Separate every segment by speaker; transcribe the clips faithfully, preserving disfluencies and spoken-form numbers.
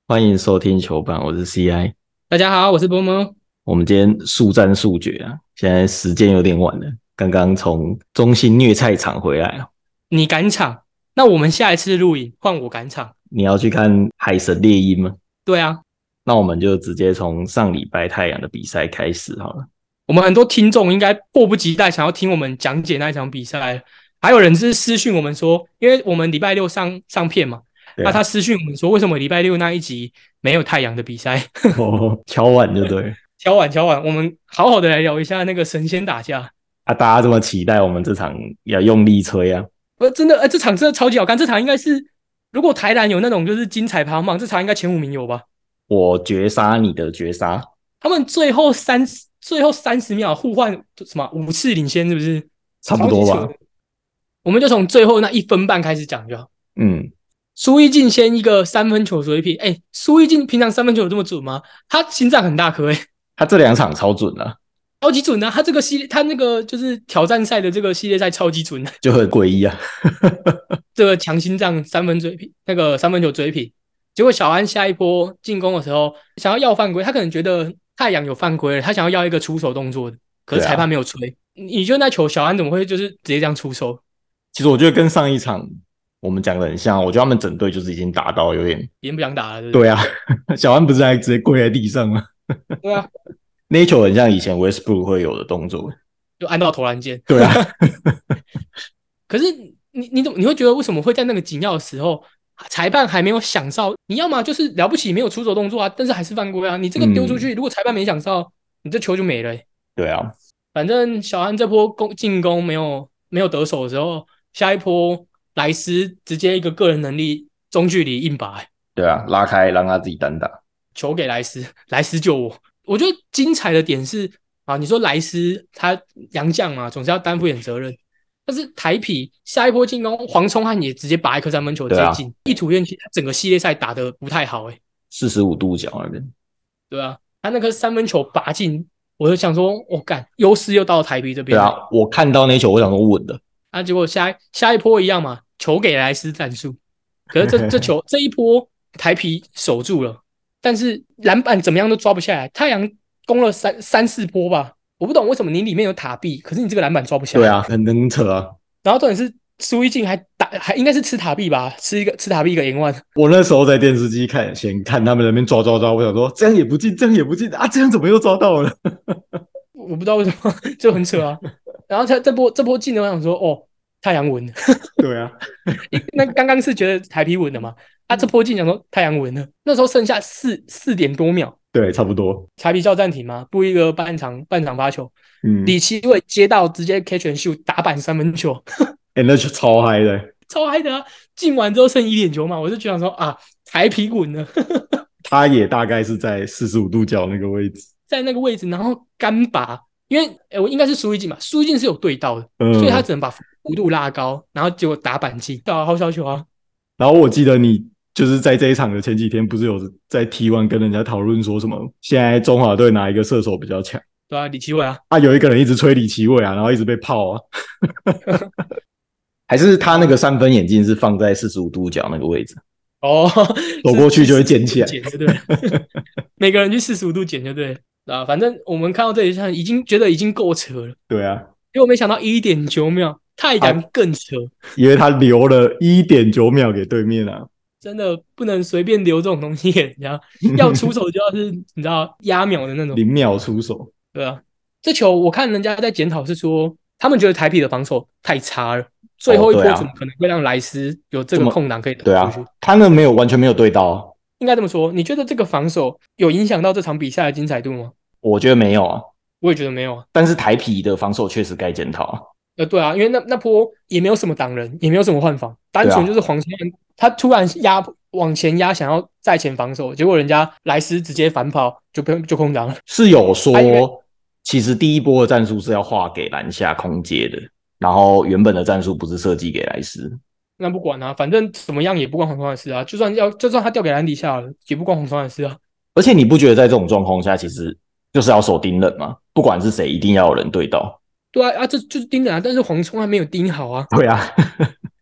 Speaker 1: 欢迎收听球板，我是 C I。
Speaker 2: 大家好，我是波波。
Speaker 1: 我们今天速战速决啊，现在时间有点晚了，刚刚从中信虐菜场回来啊。
Speaker 2: 你赶场，那我们下一次录影换我赶场。
Speaker 1: 你要去看海神猎鹰吗？
Speaker 2: 对啊，
Speaker 1: 那我们就直接从上礼拜太阳的比赛开始好了。
Speaker 2: 我们很多听众应该迫不及待想要听我们讲解那一场比赛，还有人是私讯我们说，因为我们礼拜六上上片嘛，
Speaker 1: 对啊，
Speaker 2: 那他私讯我们说，为什么礼拜六那一集没有太阳的比赛？
Speaker 1: 哦，敲碗就对了。
Speaker 2: 敲碗敲碗，我们好好的来聊一下那个神仙打架。
Speaker 1: 啊，大家这么期待我们这场要用力吹啊。
Speaker 2: 呃，真的，呃，这场真的超级好看，这场应该是如果台篮有那种就是精彩排行榜，这场应该前五名有吧？
Speaker 1: 我绝杀你的绝杀，
Speaker 2: 他们最后三最后三十秒互换什么五次领先，是不是？
Speaker 1: 差不多吧。
Speaker 2: 我们就从最后那一分半开始讲就好。
Speaker 1: 嗯，
Speaker 2: 苏一进先一个三分球水平，哎、欸，苏一进平常三分球有这么准吗？他心脏很大颗，哎，
Speaker 1: 他这两场超准啊，
Speaker 2: 超级准啊！他这个系列，他那个就是挑战赛的这个系列赛超级准，
Speaker 1: 就很诡异啊。
Speaker 2: 这个强心脏三分追平，那个三分球追平，结果小安下一波进攻的时候想要要犯规，他可能觉得太阳有犯规了，他想要要一个出手动作的，可是裁判没有吹。啊、你觉得那球小安怎么会就是直接这样出手？
Speaker 1: 其实我觉得跟上一场我们讲的很像，我觉得他们整队就是已经打到有点，
Speaker 2: 已经不想打了对不对。
Speaker 1: 对啊，小安不是还直接跪在地上吗？
Speaker 2: 对啊，
Speaker 1: 那一球很像以前 Westbrook 会有的动作，
Speaker 2: 就按到投篮键。
Speaker 1: 对啊，
Speaker 2: 可是你你怎么你会觉得为什么会在那个紧要的时候，裁判还没有想到？你要么就是了不起没有出手动作啊，但是还是犯规啊。你这个丢出去，嗯、如果裁判没想到，你这球就没了、欸。
Speaker 1: 对啊，
Speaker 2: 反正小安这波攻进攻没有没有得手的时候，下一波莱斯直接一个个人能力中距离硬拔、欸，
Speaker 1: 对啊，拉开让他自己单打，
Speaker 2: 球给莱斯，莱斯救我。我觉得精彩的点是啊，你说莱斯他洋将嘛，总是要担负点责任。但是台啤下一波进攻，黄聪汉也直接拔一颗三分球直接进，一土怨气，他整个系列赛打得不太好哎、欸。
Speaker 1: 四十五度角那边，
Speaker 2: 对啊，他那颗三分球拔进，我就想说，我、哦、干，优势又到台啤这边。
Speaker 1: 对啊，我看到那球，我想说稳的。
Speaker 2: 啊，结果下下一波一样嘛，球给莱斯战术，可是这这球这一波台啤守住了，但是篮板怎么样都抓不下来，太阳攻了三三四波吧。我不懂为什么你里面有塔壁，可是你这个篮板抓不下来。
Speaker 1: 对啊，很能扯啊。
Speaker 2: 然后重点是苏一静还打，还应该是吃塔壁吧，吃一个吃塔壁一个 N 一。
Speaker 1: 我那时候在电视机看，先看他们那边抓抓抓，我想说这样也不进，这样也不进啊，这样怎么又抓到了？
Speaker 2: 我不知道为什么就很扯啊。然后他这波这波进的，我想说哦，太阳稳了。
Speaker 1: 对啊，
Speaker 2: 那刚刚是觉得台啤稳了嘛？啊，这波进想说太阳稳了，那时候剩下四四点多秒。
Speaker 1: 对，差不多。
Speaker 2: 台啤叫暂停嘛，布一个半场半场发球，
Speaker 1: 嗯，
Speaker 2: 李奇伟接到直接 catch and shoot 打板三分球，
Speaker 1: 哎、欸，那就超嗨的，
Speaker 2: 超嗨的啊！进完之后剩一点九嘛，我就觉得说啊，台啤稳了。
Speaker 1: 他也大概是在四十五度角那个位置，
Speaker 2: 在那个位置，然后干拔，因为我应该是苏一进嘛，苏一进是有对到的，
Speaker 1: 嗯、
Speaker 2: 所以他只能把弧度拉高，然后结果打板进，对啊，好小球啊！
Speaker 1: 然后我记得你就是在这一场的前几天，不是有在 T 一 跟人家讨论说什么？现在中华队哪一个射手比较强？
Speaker 2: 对啊，李奇伟啊，
Speaker 1: 啊，有一个人一直吹李奇伟啊，然后一直被泡啊。还是他那个三分眼镜是放在四十五度角那个位置？
Speaker 2: 哦，
Speaker 1: 走过去就会捡起来，
Speaker 2: 捡就对。每个人去四十五度捡就对啊，反正我们看到这里已经觉得已经够扯了。
Speaker 1: 对啊，
Speaker 2: 结果没想到一点九秒，太阳更扯，
Speaker 1: 啊、因为他留了一点九秒给对面啊。
Speaker 2: 真的不能随便留这种东西给人家，要出手就要是你知道压秒的那种，
Speaker 1: 零秒出手。
Speaker 2: 对啊，这球我看人家在检讨是说，他们觉得台啤的防守太差了，最后一波怎么可能会让莱斯有这个空档可以打出去？
Speaker 1: 对啊，他们没有完全没有对到、啊。
Speaker 2: 应该这么说，你觉得这个防守有影响到这场比赛的精彩度吗？
Speaker 1: 我觉得没有啊，
Speaker 2: 我也觉得没有啊。
Speaker 1: 但是台啤的防守确实该检讨啊。
Speaker 2: 呃，对啊，因为那那波也没有什么挡人，也没有什么换防，单纯就是黄聪汉、啊、他突然压往前压，想要在前防守，结果人家莱斯直接反跑就就空档了。
Speaker 1: 是有说，其实第一波的战术是要画给篮下空接的，然后原本的战术不是设计给莱斯。
Speaker 2: 那不管啊，反正怎么样也不关黄聪汉的事啊，就算要就算他掉给篮底下了，也不关黄聪汉的事啊。
Speaker 1: 而且你不觉得在这种状况下，其实就是要守盯人吗？不管是谁，一定要有人对到。
Speaker 2: 对啊，啊，这就是盯人啊，但是黄聪汉没有盯好啊。
Speaker 1: 对啊，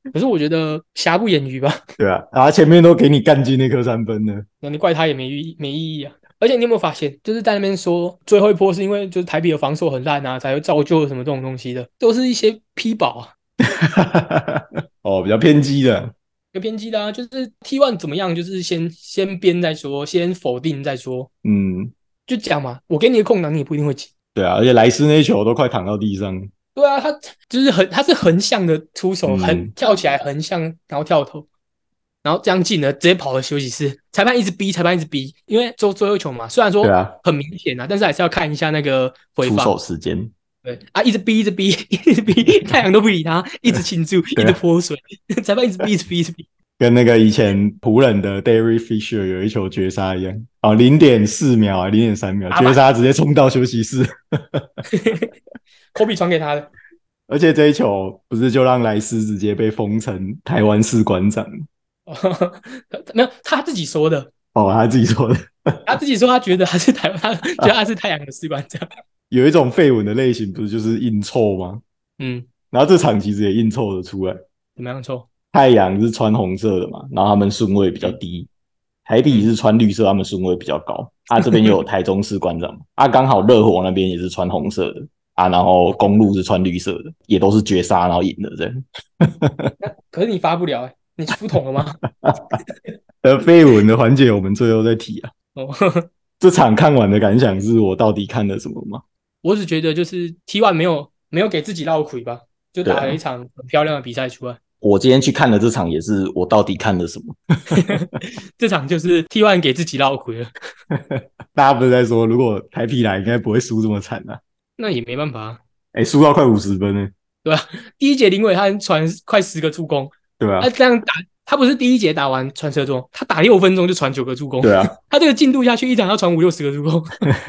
Speaker 2: 可是我觉得瑕不掩瑜吧。
Speaker 1: 对啊，然后前面都给你干进那颗三分了。
Speaker 2: 那你怪他也没意没意义啊。而且你有没有发现，就是在那边说最后一波是因为就是台比的防守很烂啊，才会造就什么这种东西的，都是一些批宝啊。
Speaker 1: 哦，比较偏激的。
Speaker 2: 有偏激的啊，就是 T 一 怎么样，就是先先编再说，先否定再说，
Speaker 1: 嗯，
Speaker 2: 就讲嘛，我给你的空档你也不一定会进。
Speaker 1: 对啊，而且莱斯那球都快躺到地上。
Speaker 2: 对啊，他就是很他是横向的出手，横
Speaker 1: 嗯，
Speaker 2: 跳起来横向，然后跳投，然后这样进了，直接跑了休息室。裁判一直逼，裁判一直逼，因为最最后一球嘛，虽然说
Speaker 1: 对啊，
Speaker 2: 很明显啊，但是还是要看一下那个回放。
Speaker 1: 出手时间。
Speaker 2: 对啊，一直逼，一直逼，一直逼，太阳都不理他，一直庆祝，一直
Speaker 1: 对啊，
Speaker 2: 泼水，裁判一直逼，一直逼，一直逼。
Speaker 1: 跟那个以前湖人的 Derek Fisher 有一球绝杀一样。哦，零点四秒啊，零点三秒，绝杀直接冲到休息室。
Speaker 2: 科比传给他的。
Speaker 1: 而且这一球不是就让莱斯直接被封成台湾士官长？
Speaker 2: 没有，他自己说的。
Speaker 1: 哦，他自己说的。
Speaker 2: 他自己说他觉得他是台湾，他觉得他是太阳的士官长。
Speaker 1: 有一种绯闻的类型，不是就是硬凑吗？
Speaker 2: 嗯，
Speaker 1: 然后这场其实也硬凑的出来。
Speaker 2: 怎么样凑？
Speaker 1: 太阳是穿红色的嘛，然后他们顺位比较低。台比是穿绿色，他们顺位比较高。啊，这边又有台中士官长，啊，刚好热火那边也是穿红色的啊，然后公路是穿绿色的，也都是绝杀然后赢的这样。
Speaker 2: 可是你发不了、欸，你出桶了吗？
Speaker 1: 呃，绯闻的环节我们最后再提啊。
Speaker 2: 哦，
Speaker 1: 这场看完的感想是我到底看了什么吗？
Speaker 2: 我只觉得就是 T 一 没有没有给自己绕亏吧，就打了一
Speaker 1: 对啊，
Speaker 2: 场很漂亮的比赛出来。
Speaker 1: 我今天去看的这场也是我到底看了什么？
Speaker 2: 这场就是 T 一 给自己绕亏了。
Speaker 1: 大家不是在说，如果台啤来应该不会输这么惨啊？
Speaker 2: 那也没办法啊。
Speaker 1: 哎，输到快五十分呢。
Speaker 2: 对吧、啊？第一节林伟他传快十个助攻，
Speaker 1: 对啊，
Speaker 2: 他这样打，他不是第一节打完传射中，他打六分钟就传九个助攻。
Speaker 1: 对啊，
Speaker 2: 他这个进度下去，一场要传五六十个助攻。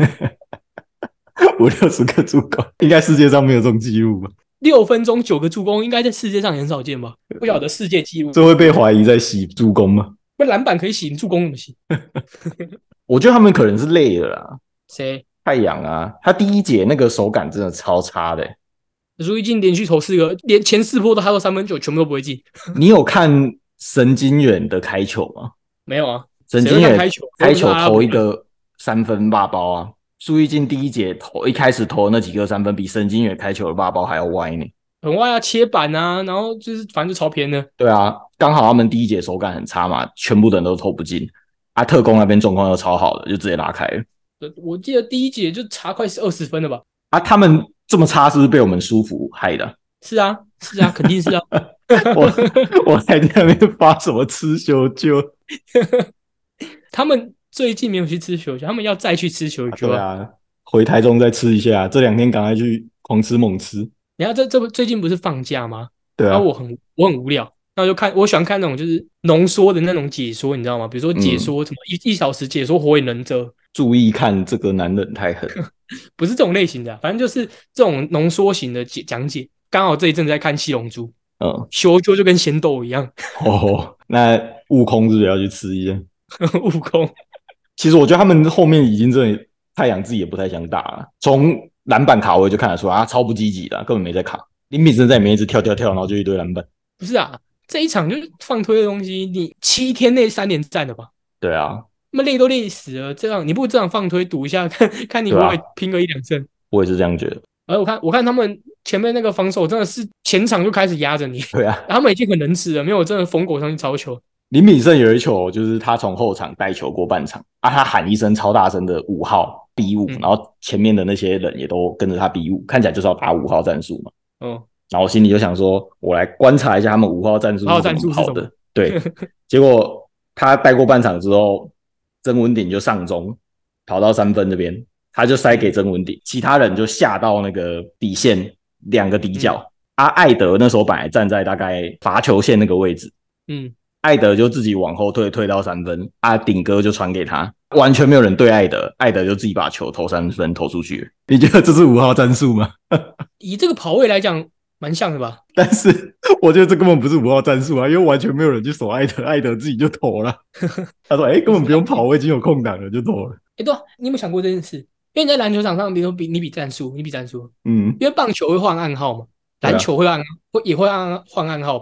Speaker 1: 五六十个助攻，应该世界上没有这种记录吧？
Speaker 2: 六分钟九个助攻，应该在世界上很少见吧？不晓得世界纪录。
Speaker 1: 这会被怀疑在洗助攻吗？
Speaker 2: 不篮板可以洗，助攻怎么洗？
Speaker 1: 我觉得他们可能是累了啦。
Speaker 2: 谁？
Speaker 1: 太阳啊，他第一节那个手感真的超差的、欸。
Speaker 2: 朱一进连续投四个，连前四波都他都三分球，全部都不会进。
Speaker 1: 你有看神经远的开球吗？
Speaker 2: 没有啊，
Speaker 1: 神经远
Speaker 2: 开球，
Speaker 1: 开球投一个三分霸包啊！朱一进第一节投一开始投的那几个三分，比神经远开球的霸包还要歪呢。
Speaker 2: 很歪啊，切板啊，然后就是反正就超偏的。
Speaker 1: 对啊，刚好他们第一节手感很差嘛，全部的人都投不进。啊，特工那边状况又超好的，就直接拉开了。
Speaker 2: 我记得第一节就差快二十分了吧？
Speaker 1: 啊，他们这么差，是不是被我们舒服害的？
Speaker 2: 是啊，是啊，肯定是啊。
Speaker 1: 我我还在那边发什么吃球球？
Speaker 2: 他们最近没有去吃球球，他们要再去吃球球、
Speaker 1: 啊。对啊，回台中再吃一下。这两天赶快去狂吃猛吃。
Speaker 2: 你看这这最近不是放假吗？
Speaker 1: 对啊。
Speaker 2: 然后我很我很无聊，那我就看我喜欢看那种就是浓缩的那种解说，你知道吗？比如说解说什么一、嗯、一小时解说火影忍者。
Speaker 1: 注意看这个男人太狠。
Speaker 2: 不是这种类型的、啊，反正就是这种浓缩型的讲解。刚好这一阵子在看七龙珠，
Speaker 1: 嗯，
Speaker 2: 修就就跟仙豆一样。
Speaker 1: 哦，那悟空是不是要去吃一下？
Speaker 2: 悟空，
Speaker 1: 其实我觉得他们后面已经真的太阳自己也不太想打了，从篮板卡位就看得出来，他超不积极的，根本没在卡。林炳生在里面一直跳跳跳，然后就一堆篮板。
Speaker 2: 不是啊，这一场就是放推的东西，你七天内三连战了吧？
Speaker 1: 对啊，
Speaker 2: 那么累都累死了，这样你不这样放推赌一下，看看你会不会拼个一两胜？
Speaker 1: 我也是这样觉得。
Speaker 2: 而我看我看他们前面那个防守真的是前场就开始压着你。
Speaker 1: 对啊，
Speaker 2: 他们已经很能吃了，没有真的疯狗上去抄球。
Speaker 1: 林炳胜有一球就是他从后场带球过半场啊，他喊一声超大声的五号 B 五、嗯，然后前面的那些人也都跟着他 B 五，看起来就是要打五号战术嘛。
Speaker 2: 嗯，
Speaker 1: 然后我心里就想说，我来观察一下他们五号战术是怎么跑的。对，结果他带过半场之后，曾文鼎就上中跑到三分这边，他就塞给曾文鼎，其他人就下到那个底线两个底角。嗯、啊，艾德那时候本来站在大概罚球线那个位置，嗯，艾德就自己往后退，退到三分，啊，顶哥就传给他，完全没有人对艾德，艾德就自己把球投三分投出去了。你觉得这是五号战术吗？
Speaker 2: 以这个跑位来讲，蛮像的吧？
Speaker 1: 但是我觉得这根本不是五号战术啊，因为完全没有人去守艾德，艾德自己就投了。他说：“哎、欸，根本不用跑，我已经有空档了，就投了。”
Speaker 2: 哎，对啊，你有没有想过这件事？因为你在篮球场上，比如说比你比战术，你比战术，
Speaker 1: 嗯，
Speaker 2: 因为棒球会换暗号嘛，篮球会按、啊、会也会按换暗号吧？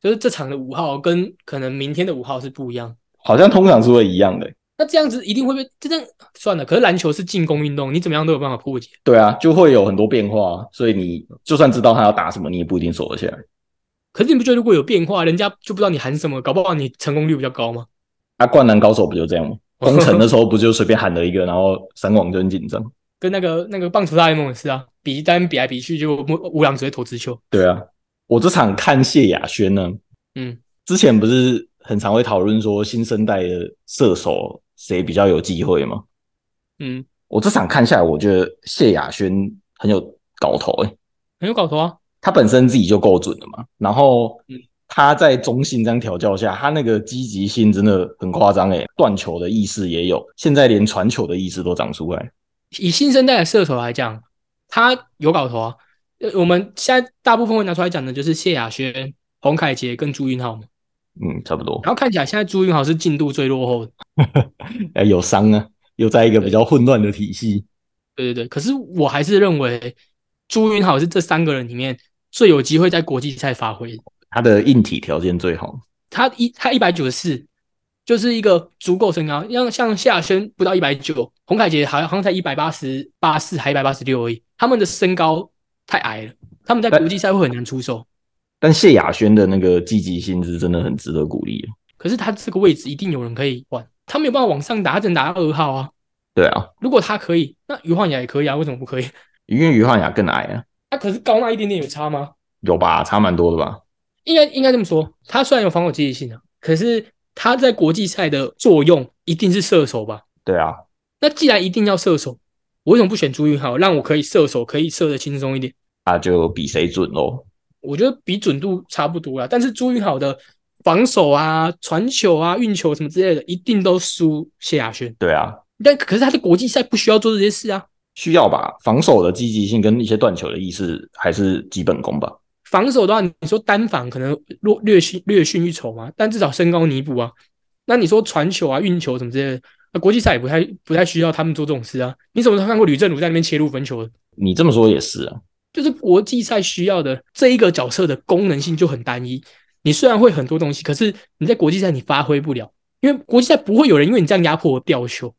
Speaker 2: 就是这场的五号跟可能明天的五号是不一样，
Speaker 1: 好像通常是会一样的。
Speaker 2: 那这样子一定会被这样算了。可是篮球是进攻运动，你怎么样都有办法破解。
Speaker 1: 对啊，就会有很多变化，所以你就算知道他要打什么，你也不一定守得下来。
Speaker 2: 可是你不觉得如果有变化，人家就不知道你喊什么，搞不好你成功率比较高吗？
Speaker 1: 啊，灌篮高手不就这样吗？工程的时候不就随便喊了一个，然后三网就很紧张。
Speaker 2: 跟那个那个棒球大联盟也是啊，比单比来比去，就吴朗直接投直球。
Speaker 1: 对啊，我这场看谢亚轩呢，嗯，之前不是很常会讨论说新生代的射手谁比较有机会吗？嗯，我这场看下来，我觉得谢亚轩很有搞头诶、欸，
Speaker 2: 很有搞头啊。
Speaker 1: 他本身自己就够准了嘛，然后他在中信这样调教下，他那个积极性真的很夸张诶，断球的意识也有，现在连传球的意识都长出来。
Speaker 2: 以新生代的射手来讲，他有搞头啊。我们现在大部分会拿出来讲的就是谢亚轩、洪凯杰跟朱云浩嘛。
Speaker 1: 嗯，差不多。
Speaker 2: 然后看起来现在朱云浩是进度最落后的，
Speaker 1: 哎，有伤啊，又在一个比较混乱的体系。
Speaker 2: 对对对，可是我还是认为朱云浩是这三个人里面最有机会在国际赛发挥的。
Speaker 1: 他的硬体条件最好，
Speaker 2: 他一他一百九十四，就是一个足够身高，像像夏轩不到一百九，洪凯杰好像好像才一百八十八四还一百八十六而已，他们的身高太矮了，他们在国际赛会很难出手。
Speaker 1: 但谢亚轩的那个积极性是真的很值得鼓励。
Speaker 2: 可是他这个位置一定有人可以换，他没有办法往上打，他只能打到二号啊。
Speaker 1: 对啊，
Speaker 2: 如果他可以，那于焕雅也可以啊，为什么不可以？
Speaker 1: 因为于焕雅更矮啊。
Speaker 2: 他、啊、可是高那一点点有差吗？
Speaker 1: 有吧，差蛮多的吧。
Speaker 2: 应该应该这么说，他虽然有防守积极性啊，可是他在国际赛的作用一定是射手吧？
Speaker 1: 对啊。
Speaker 2: 那既然一定要射手，我为什么不选朱云浩，让我可以射手可以射得轻松一点？
Speaker 1: 那就比谁准咯。
Speaker 2: 我觉得比准度差不多啦，但是朱云浩的防守啊、传球啊、运球什么之类的，一定都输谢亚轩。
Speaker 1: 对啊，
Speaker 2: 但可是他的国际赛不需要做这些事啊。
Speaker 1: 需要吧？防守的积极性跟一些断球的意识还是基本功吧。
Speaker 2: 防守的话，你说单防可能略逊略逊一筹嘛，但至少身高弥补啊。那你说传球啊、运球什么之类的，那国际赛也不太不太需要他们做这种事啊。你什么时候看过吕正儒在那边切入分球的？
Speaker 1: 你这么说也是啊，
Speaker 2: 就是国际赛需要的这一个角色的功能性就很单一。你虽然会很多东西，可是你在国际赛你发挥不了，因为国际赛不会有人因为你这样压迫而掉球。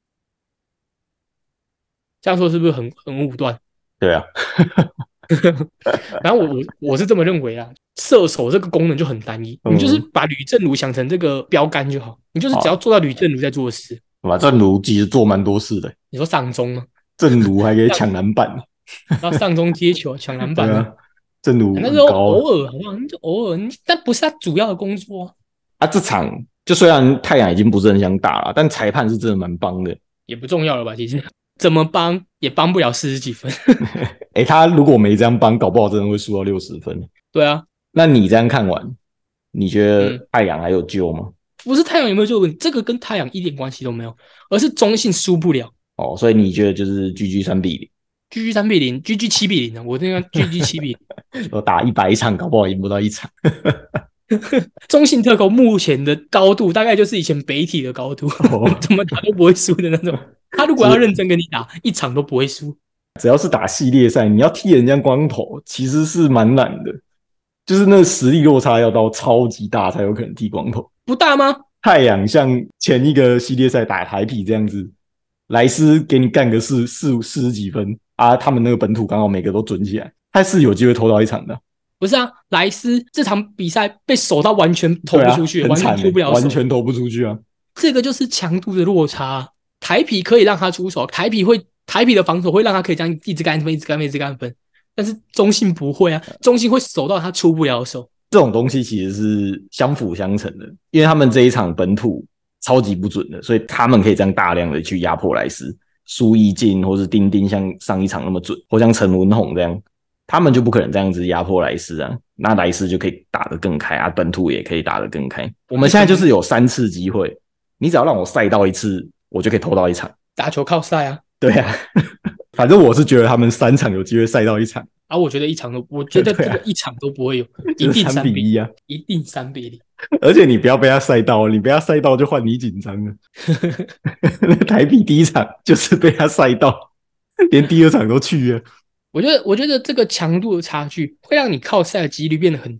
Speaker 2: 这样说是不是很很武断？
Speaker 1: 对啊。
Speaker 2: 然后我我我是这么认为啊，射手这个功能就很单一，你就是把吕正儒想成这个标杆就好，你就是只要做到吕正儒在做的事。
Speaker 1: 哇，正儒其实做蛮多事的。
Speaker 2: 你说上中吗？
Speaker 1: 正儒还可以抢篮板，
Speaker 2: 然后上中接球抢篮板啊，
Speaker 1: 正儒
Speaker 2: 那是偶尔好不好？就偶尔，但不是他主要的工作啊。
Speaker 1: 啊，这场就虽然太阳已经不是很想打了，但裁判是真的蛮帮的，
Speaker 2: 也不重要了吧？其实怎么帮也帮不了四十几分。
Speaker 1: 哎、欸，他如果没这样帮，搞不好真的会输到六十分。
Speaker 2: 对啊，
Speaker 1: 那你这样看完，你觉得太阳还有救吗？
Speaker 2: 嗯、不是太阳有没有救问题，这个跟太阳一点关系都没有，而是中信输不了。
Speaker 1: 哦，所以你觉得就是 G G 三比零
Speaker 2: ？G G 三比零 ，G G 七比零呢？我那个 G G 七比零，
Speaker 1: 我打一百场，搞不好赢不到一场。
Speaker 2: 中信特攻目前的高度大概就是以前北体的高度，哦、怎么打都不会输的那种。他如果要认真跟你打，一场都不会输。
Speaker 1: 只要是打系列赛，你要踢人家光头，其实是蛮难的，就是那实力落差要到超级大才有可能踢光头。
Speaker 2: 不大吗？
Speaker 1: 太阳像前一个系列赛打台啤这样子，莱斯给你干个四四四十几分啊，他们那个本土刚好每个都准起来，他是有机会偷到一场的。
Speaker 2: 不是啊，莱斯这场比赛被守到完全投不出去，
Speaker 1: 啊、
Speaker 2: 完全出不了手，
Speaker 1: 完全投不出去啊！
Speaker 2: 这个就是强度的落差。台啤可以让他出手，台啤会台啤的防守会让他可以这样一直干分，一直干分，一直干分。但是中信不会啊，中信会守到他出不了手。
Speaker 1: 这种东西其实是相辅相成的，因为他们这一场本土超级不准的，所以他们可以这样大量的去压迫莱斯，苏奕进或是丁丁像上一场那么准，或像陈文宏这样。他们就不可能这样子压迫莱斯啊，那莱斯就可以打得更开啊，本土也可以打得更开。我们现在就是有三次机会，你只要让我赛到一次，我就可以投到一场。
Speaker 2: 打球靠赛啊，
Speaker 1: 对啊，反正我是觉得他们三场有机会赛到一场
Speaker 2: 啊，我觉得一场都，我觉得这个一场都不会有，啊、一定
Speaker 1: 三比一啊，
Speaker 2: 一定三比零。
Speaker 1: 而且你不要被他赛到，你被他赛到就换你紧张了。那台啤第一场就是被他赛到，连第二场都去了。
Speaker 2: 我觉得，我觉得这个强度的差距会让你靠赛的几率变得很低，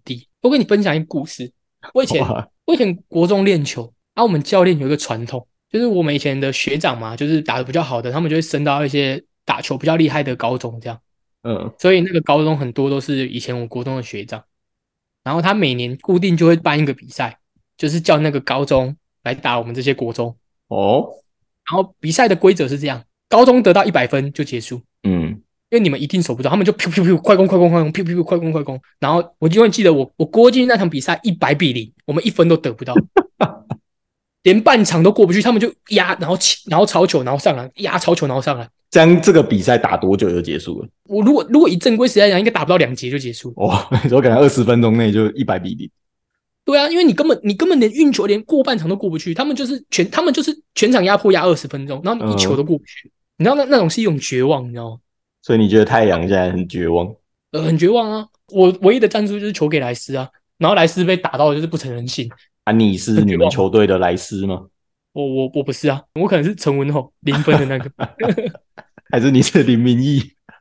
Speaker 2: 我跟你分享一个故事。我以前我以前国中练球啊，我们教练有一个传统，就是我们以前的学长嘛，就是打得比较好的，他们就会升到一些打球比较厉害的高中这样。
Speaker 1: 嗯，
Speaker 2: 所以那个高中很多都是以前我国中的学长，然后他每年固定就会办一个比赛，就是叫那个高中来打我们这些国中。
Speaker 1: 哦，
Speaker 2: 然后比赛的规则是这样，高中得到一百分就结束。
Speaker 1: 嗯，
Speaker 2: 因为你们一定守不住，他们就噗噗噗快攻快攻快攻，噗噗噗快攻快攻。然后我永远记得我我郭进那场比赛一百比零，我们一分都得不到，连半场都过不去，他们就压，然后然后抄球，然后上来压抄球，然后上来。
Speaker 1: 这样这个比赛打多久就结束了？
Speaker 2: 我如果如果以正规时间来讲，应该打不到两节就结束。
Speaker 1: 哦，我感觉二十分钟内就一百比零。
Speaker 2: 对啊，因为你根本你根本连运球连过半场都过不去，他们就是全他们就是全场压迫压二十分钟，然后你一球都过不去，嗯、你知道那那种是一种绝望，你知道吗？
Speaker 1: 所以你觉得太阳现在很绝望？
Speaker 2: 呃，很绝望啊！我唯一的战术就是球给莱斯啊，然后莱斯被打到就是不成人性
Speaker 1: 啊。你是你们球队的莱斯吗？
Speaker 2: 我我我不是啊，我可能是陈文宏零分的那个，
Speaker 1: 还是你是林明义？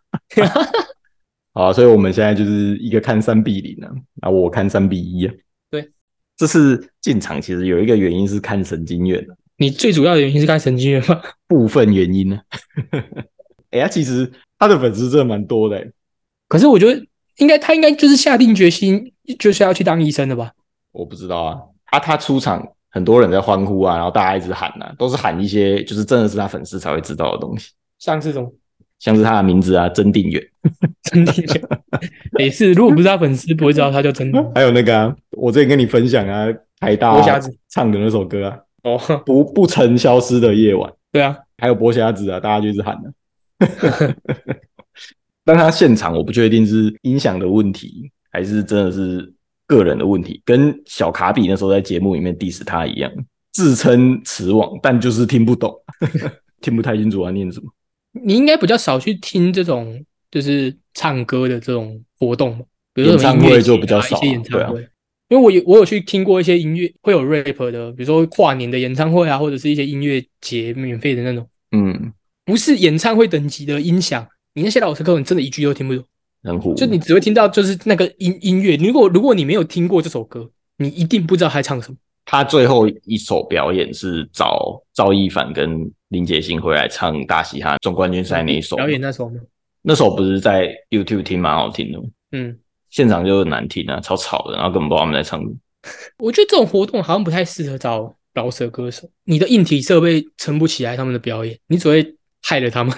Speaker 1: 好，所以我们现在就是一个看三比零啊，啊，我看三比一啊。
Speaker 2: 对，
Speaker 1: 这次进场其实有一个原因是看神经元、啊、
Speaker 2: 你最主要的原因是看神经元吗？
Speaker 1: 部分原因呢、啊？哎呀，其实他的粉丝真的蛮多的、欸，
Speaker 2: 可是我觉得应该他应该就是下定决心就是要去当医生的吧？
Speaker 1: 我不知道啊，他他出场很多人在欢呼啊，然后大家一直喊啊，都是喊一些就是真的是他粉丝才会知道的东西，
Speaker 2: 像是什么？
Speaker 1: 像是他的名字啊，曾定远，
Speaker 2: 曾定远，也是，如果不是他粉丝不会知道他叫曾定远。
Speaker 1: 还有那个啊，我之前跟你分享啊，台大唱的那首歌啊，
Speaker 2: 哦，
Speaker 1: 不不曾消失的夜晚，
Speaker 2: 对啊，
Speaker 1: 还有剥虾子啊，大家就一直喊的、啊。但他现场我不确定是音响的问题，还是真的是个人的问题，跟小卡比那时候在节目里面 diss 他一样，自称词网，但就是听不懂，听不太清楚他念什么。
Speaker 2: 你应该比较少去听这种就是唱歌的这种活动吧，比如说
Speaker 1: 演唱会就比较少、啊，
Speaker 2: 一些演唱会。啊、因为我有我有去听过一些音乐会有 rap 的，比如说跨年的演唱会啊，或者是一些音乐节免费的那种，
Speaker 1: 嗯，
Speaker 2: 不是演唱会等级的音响，你那些老师课你真的一句都听不懂，
Speaker 1: 很糊，
Speaker 2: 就你只会听到就是那个音音乐。如果如果你没有听过这首歌，你一定不知道他唱什么。
Speaker 1: 他最后一首表演是找赵一凡跟林杰星回来唱大嘻哈总冠军赛那一首。
Speaker 2: 表演那首吗？
Speaker 1: 那首不是在 YouTube 听蛮好听的吗？
Speaker 2: 嗯，
Speaker 1: 现场就很难听啊，超吵的，然后根本不知道他们在唱。
Speaker 2: 我觉得这种活动好像不太适合找饶舌歌手，你的硬体设备撑不起来他们的表演，你只会害了他们。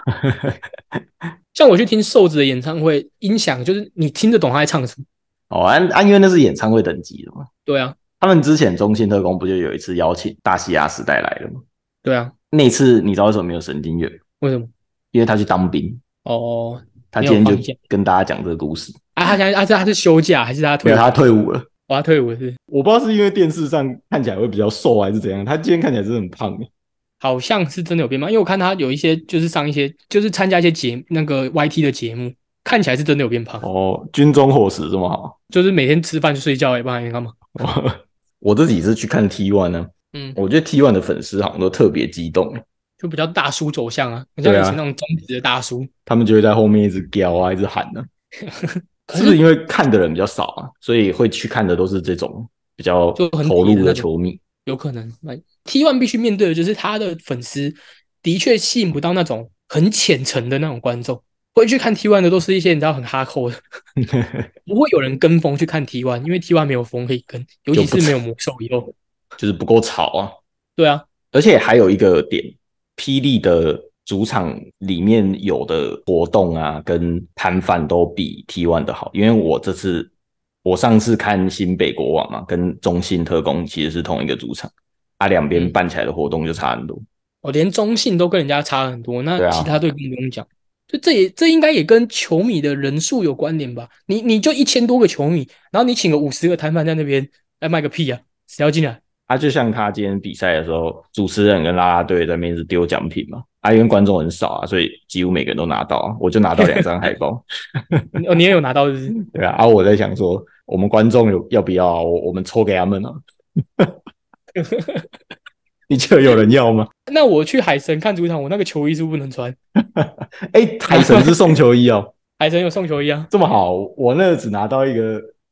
Speaker 2: 像我去听瘦子的演唱会，音响就是你听得懂他在唱什么。
Speaker 1: 哦，安安因为那是演唱会等级的嘛。
Speaker 2: 对啊，
Speaker 1: 他们之前中信特攻不就有一次邀请大西亚时代来了吗？
Speaker 2: 对啊，
Speaker 1: 那次你知道为什么没有神经元？
Speaker 2: 为什么？
Speaker 1: 因为他去当兵。
Speaker 2: 哦，
Speaker 1: 他今天就跟大家讲这个故事。
Speaker 2: 啊，他现在啊，他是休假还是他退伍？
Speaker 1: 没有，他退伍了。
Speaker 2: 哦，他退伍了是？
Speaker 1: 我不知道是因为电视上看起来会比较瘦还是怎样，他今天看起来真的很胖耶。
Speaker 2: 好像是真的有变胖，因为我看他有一些就是上一些就是参加一些节那个 Y T 的节目，看起来是真的有变胖。
Speaker 1: 哦，军中伙食这么好，
Speaker 2: 就是每天吃饭就睡觉，也不然你干嘛？
Speaker 1: 我自己是去看 T 一 呢，嗯，我觉得 T 一 的粉丝好像都特别激动，
Speaker 2: 就比较大叔走向啊，很像以前那种中职的大叔，
Speaker 1: 他们就会在后面一直叫啊，一直喊啊。是不是因为看的人比较少啊，所以会去看的都是这种比较投入的球迷？
Speaker 2: 有可能 T 一 必须面对的就是他的粉丝的确吸引不到那种很虔诚的那种观众，会去看 T 一 的都是一些你知道很哈扣的，不会有人跟风去看 T 一，因为 T 一 没有风可以跟，尤其是没有魔兽以后，
Speaker 1: 就是不够吵啊。
Speaker 2: 对啊，
Speaker 1: 而且还有一个点，霹雳的主场里面有的活动啊，跟摊贩都比 T 一 的好，因为我这次我上次看新北国王嘛，跟中信特攻其实是同一个主场，啊，两边办起来的活动就差很多。
Speaker 2: 哦，连中信都跟人家差很多，那其他队更不用讲。就这也这应该也跟球迷的人数有关联吧？你你就一千多个球迷，然后你请个五十个摊贩在那边来卖个屁啊！谁要进来？
Speaker 1: 啊，就像他今天比赛的时候，主持人跟啦啦队在那边是丢奖品嘛，啊，因为观众很少啊，所以几乎每个人都拿到啊，我就拿到两张海报。
Speaker 2: 哦，你也有拿到是不是？
Speaker 1: 对啊，啊，我在想说，我们观众有要不要、啊、我我们抽给他们啊？你觉得有人要吗？
Speaker 2: 那我去海神看主场，我那个球衣是不是不能穿？
Speaker 1: 哎、欸，海神是送球衣哦。
Speaker 2: 海神有送球衣啊，
Speaker 1: 这么好，我那个只拿到一个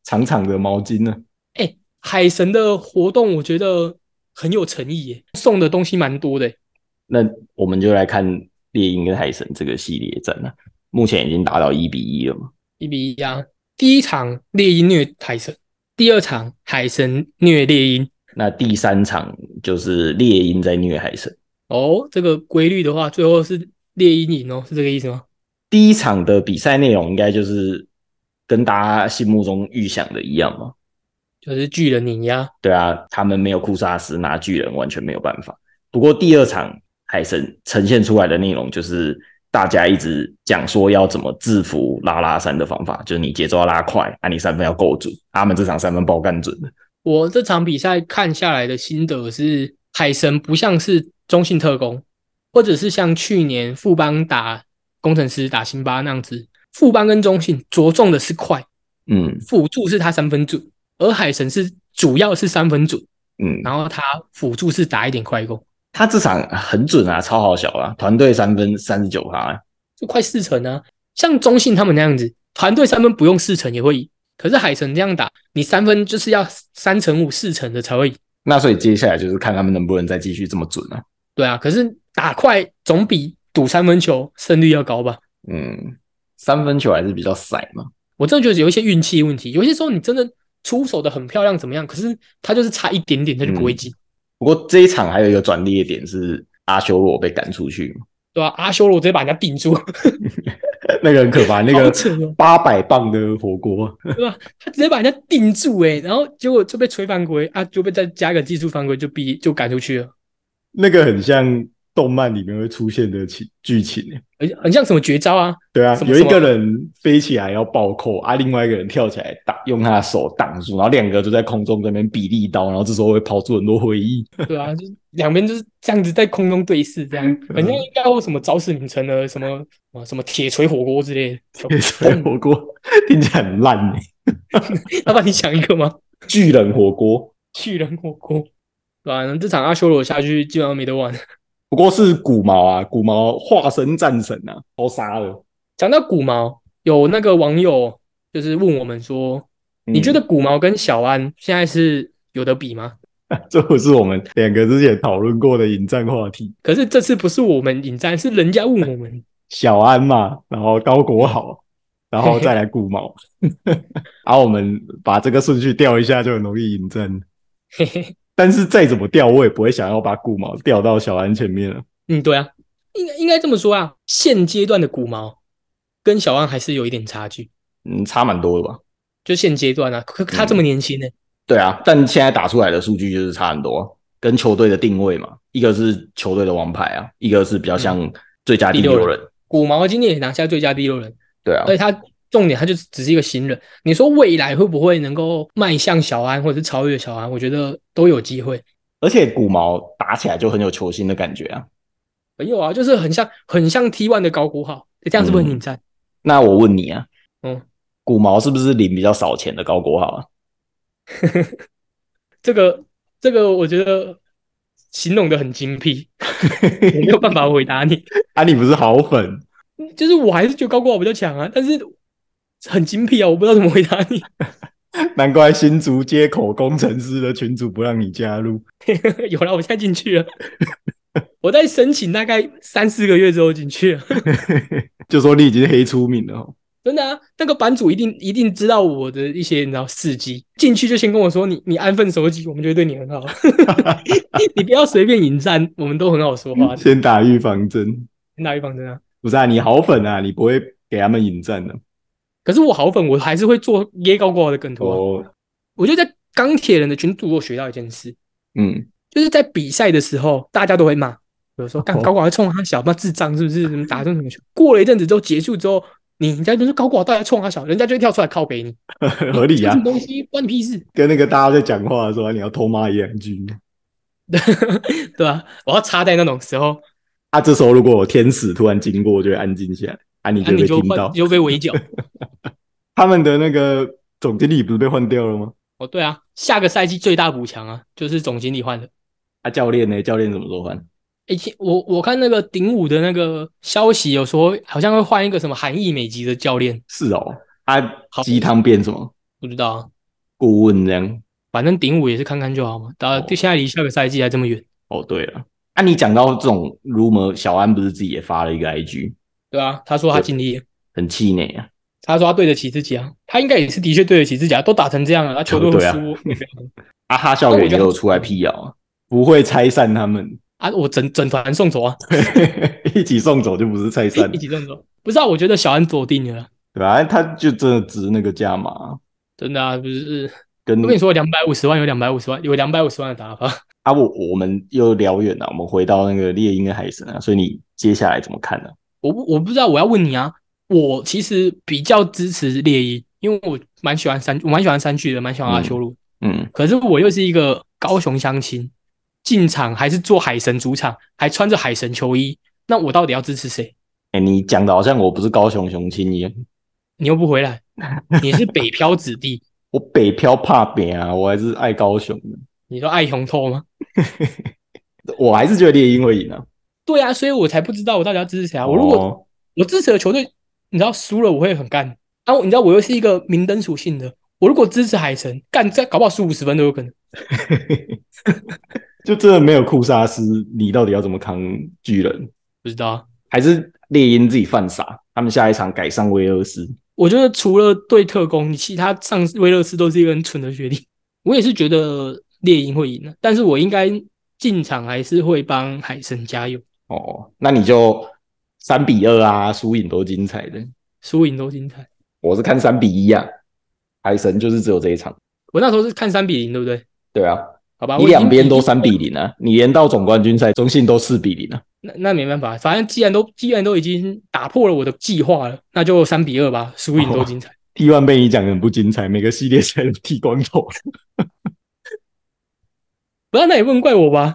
Speaker 1: 长长的毛巾呢。
Speaker 2: 哎、欸，海神的活动我觉得很有诚意耶，送的东西蛮多的。
Speaker 1: 那我们就来看猎鹰跟海神这个系列战了，目前已经打到一比一了嘛？
Speaker 2: 一比一啊。第一场猎鹰虐海神，第二场海神虐猎鹰，
Speaker 1: 那第三场就是猎鹰在虐海神。
Speaker 2: 哦，这个规律的话，最后是猎鹰赢哦，是这个意思吗？
Speaker 1: 第一场的比赛内容应该就是跟大家心目中预想的一样嘛，
Speaker 2: 就是巨人碾压。
Speaker 1: 对啊，他们没有库萨斯，拿巨人完全没有办法。不过第二场海神呈现出来的内容就是大家一直讲说要怎么制服拉拉山的方法，就是你节奏要拉快，啊，你三分要够准。他们这场三分爆干准的。
Speaker 2: 我这场比赛看下来的心得是，海神不像是中信特攻，或者是像去年富邦打工程师打辛巴那样子，富邦跟中信着重的是快，
Speaker 1: 嗯，
Speaker 2: 辅助是他三分准，而海神是主要是三分准，
Speaker 1: 嗯，
Speaker 2: 然后他辅助是打一点快攻。
Speaker 1: 他这场很准啊，超好小啊，团队三分三十九趴，
Speaker 2: 就快四成啊。像中信他们那样子，团队三分不用四成也会赢，可是海神这样打，你三分就是要三成五、四成的才会赢。
Speaker 1: 那所以接下来就是看他们能不能再继续这么准啊。
Speaker 2: 对啊，可是打快总比赌三分球胜率要高吧？
Speaker 1: 嗯，三分球还是比较散嘛。
Speaker 2: 我真的觉得有一些运气问题，有些时候你真的出手的很漂亮怎么样，可是他就是差一点点他就不会进。嗯，
Speaker 1: 不过这一场还有一个转捩点是阿修罗被赶出去嘛，
Speaker 2: 对啊，阿修罗直接把人家定住。
Speaker 1: 那个很可怕，那个八百磅的火锅，
Speaker 2: 对吧？他直接把人家定住哎、欸，然后结果就被吹犯规啊，就被再加个技术犯规就逼就赶出去了。
Speaker 1: 那个很像动漫里面会出现的剧情，
Speaker 2: 很很像什么绝招啊？
Speaker 1: 对啊，有一个人飞起来要暴扣啊，另外一个人跳起来挡，用他的手挡住，然后两个就在空中这边比力刀，然后这时候会抛出很多回忆。
Speaker 2: 对啊，就是两边就是这样子在空中对视，这样很像应该会什么招式名称的什么什么铁锤火锅之类的。
Speaker 1: 铁锤火锅听起来很烂哎、
Speaker 2: 欸，要不然你想一个吗？
Speaker 1: 巨人火锅，
Speaker 2: 巨人火锅，对吧、啊？这场阿修罗下去基本上没得玩。
Speaker 1: 不过是古毛啊，古毛化身战神啊，都杀了。
Speaker 2: 讲到古毛，有那个网友就是问我们说，嗯、你觉得古毛跟小安现在是有得比吗？
Speaker 1: 这不是我们两个之前讨论过的引战话题。
Speaker 2: 可是这次不是我们引战，是人家问我们。
Speaker 1: 小安嘛，然后高国豪，然后再来古毛，然后我们把这个顺序调一下，就很容易引战。但是再怎么调，我也不会想要把古毛调到小安前面了。
Speaker 2: 嗯，对啊，应该应该这么说啊。现阶段的古毛跟小安还是有一点差距。
Speaker 1: 嗯，差蛮多的吧？
Speaker 2: 就现阶段啊，可他这么年轻呢、欸嗯？
Speaker 1: 对啊，但现在打出来的数据就是差很多，跟球队的定位嘛，一个是球队的王牌啊，一个是比较像最佳第六人。嗯、
Speaker 2: 古毛今年也拿下最佳第六人，
Speaker 1: 对啊，
Speaker 2: 而且他重点他就只是一个新人。你说未来会不会能够迈向小安或者是超越小安？我觉得都有机会。
Speaker 1: 而且古毛打起来就很有球星的感觉啊，
Speaker 2: 很有啊，就是很像很像 T 一 的高国豪，这样是不是很引战、嗯？
Speaker 1: 那我问你啊，
Speaker 2: 嗯，
Speaker 1: 古毛是不是领比较少钱的高国豪啊？
Speaker 2: 这个这个我觉得形容的很精辟，我没有办法回答你。
Speaker 1: 啊，你不是好粉？
Speaker 2: 就是我还是觉得高国豪比较强啊，但是很精辟啊，我不知道怎么回答你。
Speaker 1: 难怪新竹街口工程师的群组不让你加入。
Speaker 2: 有了，我现在进去了。我在申请大概三四个月之后进去了。
Speaker 1: 就说你已经黑出名了、哦。
Speaker 2: 真的啊，那个版主一定一定知道我的一些你知道事迹，进去就先跟我说你你安分守己，我们就会对你很好。你不要随便引战，我们都很好说话。
Speaker 1: 先打预防针，
Speaker 2: 先打预防针啊！
Speaker 1: 不是啊，你好粉啊，你不会给他们引战的。
Speaker 2: 可是我好粉，我还是会做耶高国豪的梗图啊。哦、我觉得在钢铁人的群组我学到一件事，
Speaker 1: 嗯，
Speaker 2: 就是在比赛的时候，大家都会骂，有时候干高国豪冲他小，妈智障是不是？怎么打成什么球？过了一阵子之后结束之后。你人家就是高国豪大家冲他小，人家就会跳出来靠北你，
Speaker 1: 合理啊。
Speaker 2: 这种东西关你屁事。
Speaker 1: 跟那个大家在讲话的时候，你要偷骂一两句，
Speaker 2: 对吧、啊？我要插在那种时候，
Speaker 1: 啊，这时候如果有天使突然经过，就会安静下来，啊，你就被听到，
Speaker 2: 啊、你就被围剿。
Speaker 1: 他们的那个总经理不是被换掉了吗？
Speaker 2: 哦，对啊，下个赛季最大补强啊，就是总经理换的。
Speaker 1: 啊，教练呢？教练怎么说换？
Speaker 2: 欸、我我看那个顶五的那个消息有说，好像会换一个什么韩裔美籍的教练。
Speaker 1: 是哦，啊，鸡汤变什么？
Speaker 2: 不知道啊，
Speaker 1: 顾问这样。
Speaker 2: 反正顶五也是看看就好嘛。打、哦、现在离下个赛季还这么远。
Speaker 1: 哦，对了，那、啊、你讲到这种 rumor， 小安不是自己也发了一个 I G？
Speaker 2: 对啊，他说他尽力了，
Speaker 1: 很气馁啊。
Speaker 2: 他说他对得起自己啊，他应该也是的确对得起自己啊，都打成这样了，他球队会输。
Speaker 1: 啊，哈校园也有出来辟谣啊，不会拆散他们
Speaker 2: 啊，我整整团送走啊，
Speaker 1: 一起送走就不是拆散，
Speaker 2: 一起送走。不是啊，我觉得小安走定了，
Speaker 1: 对吧、啊？他就真的值那个价码，
Speaker 2: 真的啊，不是。
Speaker 1: 跟
Speaker 2: 我跟你说，两百五十万有两百五十万，有两百五十万的打法
Speaker 1: 啊。我我们又聊远了，我们回到那个猎鹰跟海神啊，所以你接下来怎么看呢？
Speaker 2: 我不我不知道，我要问你啊。我其实比较支持猎鹰，因为我蛮喜欢三，我蛮喜欢三巨的，蛮喜欢阿修罗。嗯，可是我又是一个高雄乡亲，进场还是做海神主场，还穿着海神球衣，那我到底要支持谁？
Speaker 1: 哎、欸，你讲的好像我不是高雄雄亲一样。
Speaker 2: 你又不回来，你是北漂子弟。
Speaker 1: 我北漂怕北啊，我还是爱高雄的。
Speaker 2: 你说爱红透吗？
Speaker 1: 我还是觉得猎鹰会赢啊。
Speaker 2: 对啊，所以我才不知道我到底要支持谁啊。我如果、哦、我支持的球队，你知道输了我会很干啊。你知道我又是一个明灯属性的，我如果支持海神，干这搞不好输五十分都有可能。
Speaker 1: 就真的没有库萨斯，你到底要怎么扛巨人？
Speaker 2: 不知道，
Speaker 1: 还是猎鹰自己犯傻？他们下一场改上威勒斯。
Speaker 2: 我觉得除了对特工，你其他上威勒斯都是一个很蠢的决定。我也是觉得猎鹰会赢的，但是我应该进场还是会帮海神加油。
Speaker 1: 哦，那你就三比二啊，输赢都精彩的，
Speaker 2: 输赢都精彩。
Speaker 1: 我是看三比一啊，海神就是只有这一场。
Speaker 2: 我那时候是看三比零，对不对？
Speaker 1: 对啊，
Speaker 2: 好吧，
Speaker 1: 你两边都三比零啊，你连到总冠军赛中信都四比零啊。
Speaker 2: 那那没办法，反正既然都既然都已经打破了我的计划了，那就三比二吧，输赢都精彩。哦、
Speaker 1: T 一 被你讲的很不精彩，每个系列赛都剃光头。
Speaker 2: 不然那也不能怪我吧？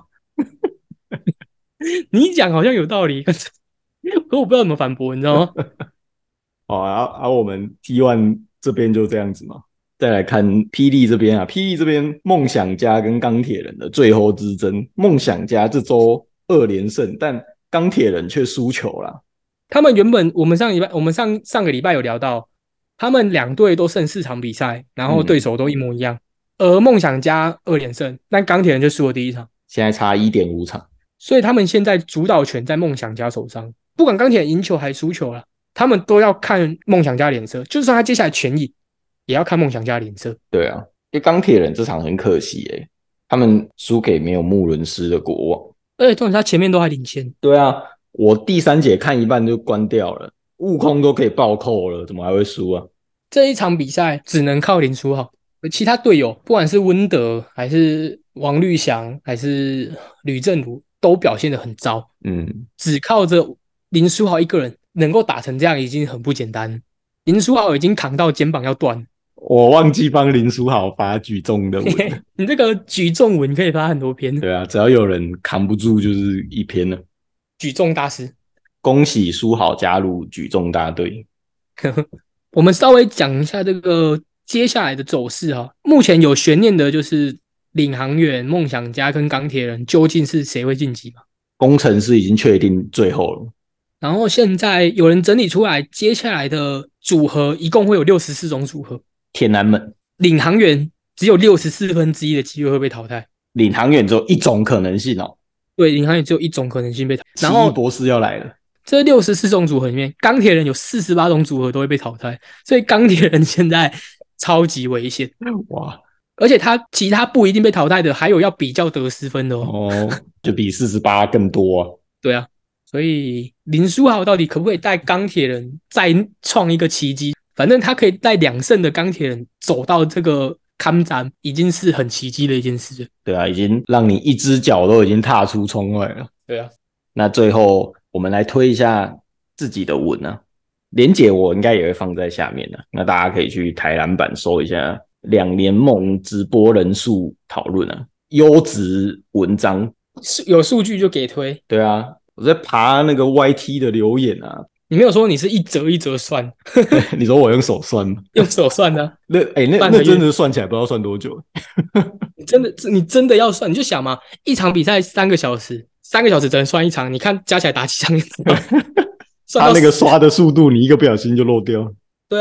Speaker 2: 你讲好像有道理，可是可我不知道怎么反驳，你知道吗？
Speaker 1: 好啊，啊，我们 T 一 这边就这样子嘛。再来看霹雳这边啊，霹雳这边梦想家跟钢铁人的最后之争，梦想家这周二连胜，但钢铁人却输球啦。
Speaker 2: 他们原本我们上礼拜我们上上个礼拜有聊到，他们两队都胜四场比赛，然后对手都一模一样，嗯、而梦想家二连胜，但钢铁人就输了第一场，
Speaker 1: 现在差 一点五 场，
Speaker 2: 所以他们现在主导权在梦想家手上，不管钢铁人赢球还输球啦，他们都要看梦想家脸色，就算他接下来全赢，也要看梦想家脸色。
Speaker 1: 对啊，因为钢铁人这场很可惜诶、欸，他们输给没有穆伦斯的国王，
Speaker 2: 而且重点他前面都还领先。
Speaker 1: 对啊，我第三节看一半就关掉了，悟空都可以暴扣了，怎么还会输啊？
Speaker 2: 这一场比赛只能靠林书豪，其他队友不管是温德还是王律翔还是吕正儒都表现得很糟，嗯，只靠着林书豪一个人能够打成这样已经很不简单，林书豪已经扛到肩膀要断。
Speaker 1: 我忘记帮林书豪发举重的文
Speaker 2: 你这个举重文可以发很多篇。
Speaker 1: 对啊，只要有人扛不住就是一篇了。
Speaker 2: 举重大师，
Speaker 1: 恭喜书豪加入举重大队。
Speaker 2: 我们稍微讲一下这个接下来的走势哈。目前有悬念的就是领航员、梦想家跟钢铁人究竟是谁会晋级嘛？
Speaker 1: 工程师已经确定最后了。
Speaker 2: 然后现在有人整理出来，接下来的组合一共会有六十四种组合。
Speaker 1: 天南门
Speaker 2: 领航员只有六十四分之一的机会会被淘汰。
Speaker 1: 领航员只有一种可能性哦。
Speaker 2: 对，领航员只有一种可能性被淘汰。
Speaker 1: 奇异博士要来了。
Speaker 2: 这六十四种组合里面，钢铁人有四十八种组合都会被淘汰，所以钢铁人现在超级危险。哇！而且他其他不一定被淘汰的，还有要比较得失分的哦。
Speaker 1: 哦，就比四十八更多啊。
Speaker 2: 对啊，所以林书豪到底可不可以带钢铁人再创一个奇迹？反正他可以带两胜的钢铁人走到这个坎站，已经是很奇迹的一件事了。
Speaker 1: 对啊，已经让你一只脚都已经踏出窗外了。
Speaker 2: 对啊，
Speaker 1: 那最后我们来推一下自己的文啊，连结我应该也会放在下面的，那大家可以去台篮版搜一下两联盟直播人数讨论啊，优质文章，
Speaker 2: 有数据就给推。
Speaker 1: 对啊，我在爬那个 Y T 的留言啊。
Speaker 2: 你没有说你是一折一折算？
Speaker 1: 你说我用手算吗？
Speaker 2: 用手算的、啊。
Speaker 1: 那哎、欸，那那真的算起来不知道算多久。
Speaker 2: 你真的你真的要算，你就想嘛，一场比赛三个小时，三个小时只能算一场，你看加起来打几场？他
Speaker 1: 那个刷的速度，你一个不小心就漏掉。
Speaker 2: 对啊，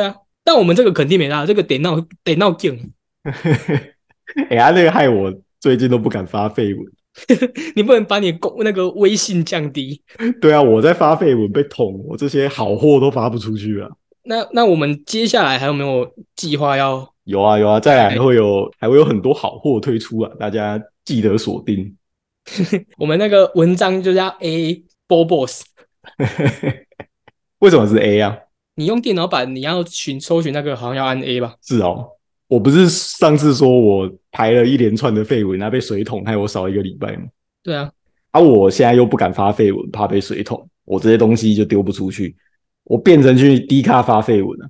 Speaker 2: 但我们这个肯定没啦，这个得闹得闹劲。
Speaker 1: 哎呀，那个害我最近都不敢发绯闻。
Speaker 2: 你不能把你那个威信降低。
Speaker 1: 对啊，我在发绯闻被捅，我这些好货都发不出去啊。
Speaker 2: 那那我们接下来还有没有计划要？
Speaker 1: 有啊有啊，再来还会有还会有很多好货推出啊，大家记得锁定。
Speaker 2: 我们那个文章就叫 A Bobos。
Speaker 1: 为什么是 A 啊？
Speaker 2: 你用电脑版你要寻搜寻那个好像要按 A 吧？
Speaker 1: 是哦，我不是上次说我排了一连串的绯闻，然后被水桶，害我少一个礼拜吗？
Speaker 2: 对啊，
Speaker 1: 啊，我现在又不敢发绯闻，怕被水桶，我这些东西就丢不出去，我变成去 D 卡发绯闻了。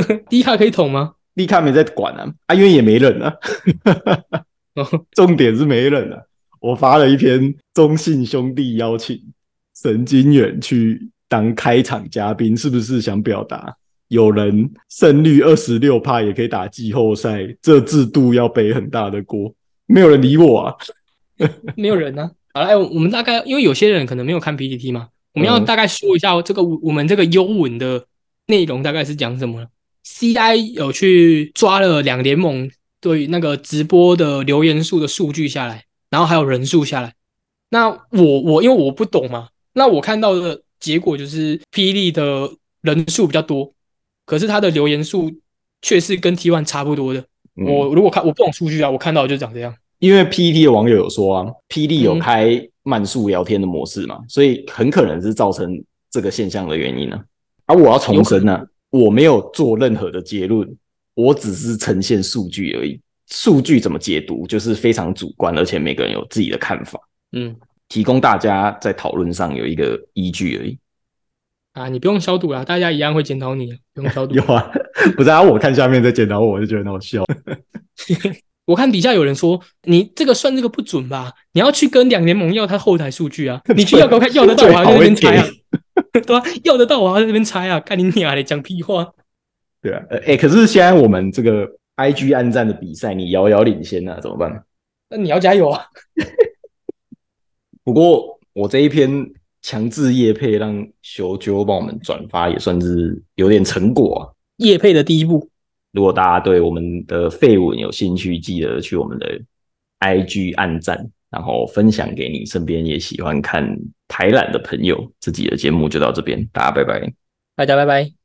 Speaker 2: D 卡可以捅吗
Speaker 1: ？D 卡没在管啊，啊，因为也没人啊。重点是没人啊。我发了一篇中信兄弟邀请神经元去当开场嘉宾，是不是想表达有人胜率 百分之二十六 也可以打季后赛，这制度要背很大的锅？没有人理我啊。
Speaker 2: 没有人啊。好了，我们大概因为有些人可能没有看 P P T 嘛，我们要大概说一下这个我们这个优文的内容大概是讲什么了。C I 有去抓了两联盟对那个直播的留言数的数据下来，然后还有人数下来。那我我因为我不懂嘛，那我看到的结果就是霹雳的人数比较多，可是他的留言数却是跟 T 一 差不多的。嗯、我如果看我不懂数据啊，我看到的就长这样。
Speaker 1: 因为 P T 的网友有说啊，霹雳有开慢速聊天的模式嘛，嗯、所以很可能是造成这个现象的原因呢、啊。而、啊、我要重申呢、啊，我没有做任何的结论，我只是呈现数据而已。数据怎么解读，就是非常主观，而且每个人有自己的看法。嗯，提供大家在讨论上有一个依据而已。
Speaker 2: 啊，你不用消毒啦，大家一样会检讨你，不用消毒。
Speaker 1: 有啊，不是啊，我看下面在检讨我，我就觉得很好笑。
Speaker 2: 我看底下有人说，你这个算这个不准吧？你要去跟两联盟要他后台数据啊！你去要给我看，要得到我还在那边猜啊，对啊，要得到我还在那边猜啊，看你娘的讲屁话。
Speaker 1: 对啊，哎、欸，可是现在我们这个 I G 按赞的比赛，你遥遥领先啊，怎么办？
Speaker 2: 那你要加油啊！
Speaker 1: 不过我这一篇强制业配让修啾帮我们转发，也算是有点成果啊。
Speaker 2: 业配的第一步。
Speaker 1: 如果大家对我们的绯闻有兴趣，记得去我们的 I G 按赞，然后分享给你身边也喜欢看台篮的朋友。这集的节目就到这边，大家拜拜，
Speaker 2: 大家拜拜。